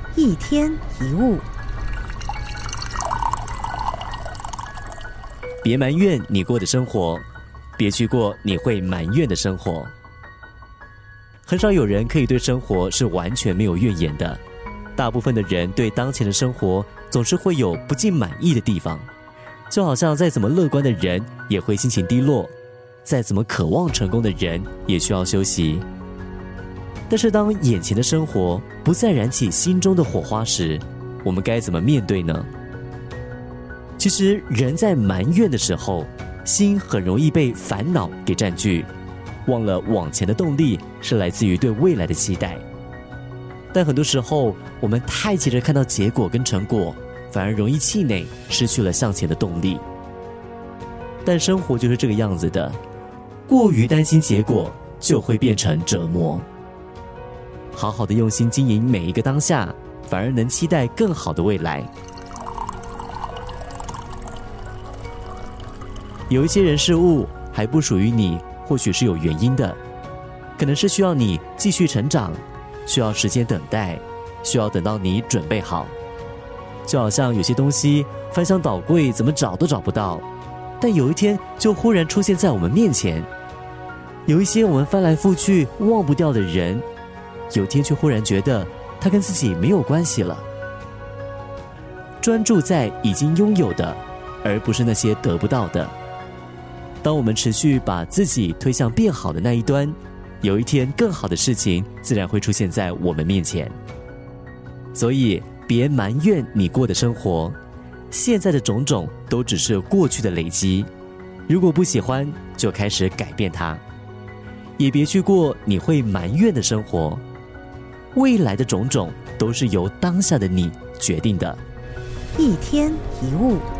一天一物。 别埋怨你过的生活，别去过你会埋怨的生活。很少有人可以对生活是完全没有怨言的，大部分的人对当前的生活总是会有不尽满意的地方，就好像再怎么乐观的人也会心情低落，再怎么渴望成功的人也需要休息。但是当眼前的生活不再燃起心中的火花时，我们该怎么面对呢？其实人在埋怨的时候，心很容易被烦恼给占据，忘了往前的动力是来自于对未来的期待。但很多时候我们太急着看到结果跟成果，反而容易气馁，失去了向前的动力。但生活就是这个样子的，过于担心结果就会变成折磨。好好的用心经营每一个当下，反而能期待更好的未来。有一些人事物还不属于你，或许是有原因的，可能是需要你继续成长，需要时间等待，需要等到你准备好。就好像有些东西翻箱倒柜怎么找都找不到，但有一天就忽然出现在我们面前。有一些我们翻来覆去忘不掉的人，有一天却忽然觉得他跟自己没有关系了。专注在已经拥有的，而不是那些得不到的。当我们持续把自己推向变好的那一端，有一天更好的事情自然会出现在我们面前。所以别埋怨你过的生活，现在的种种都只是过去的累积，如果不喜欢就开始改变它。也别去过你会埋怨的生活，未来的种种都是由当下的你决定的。 一天一物。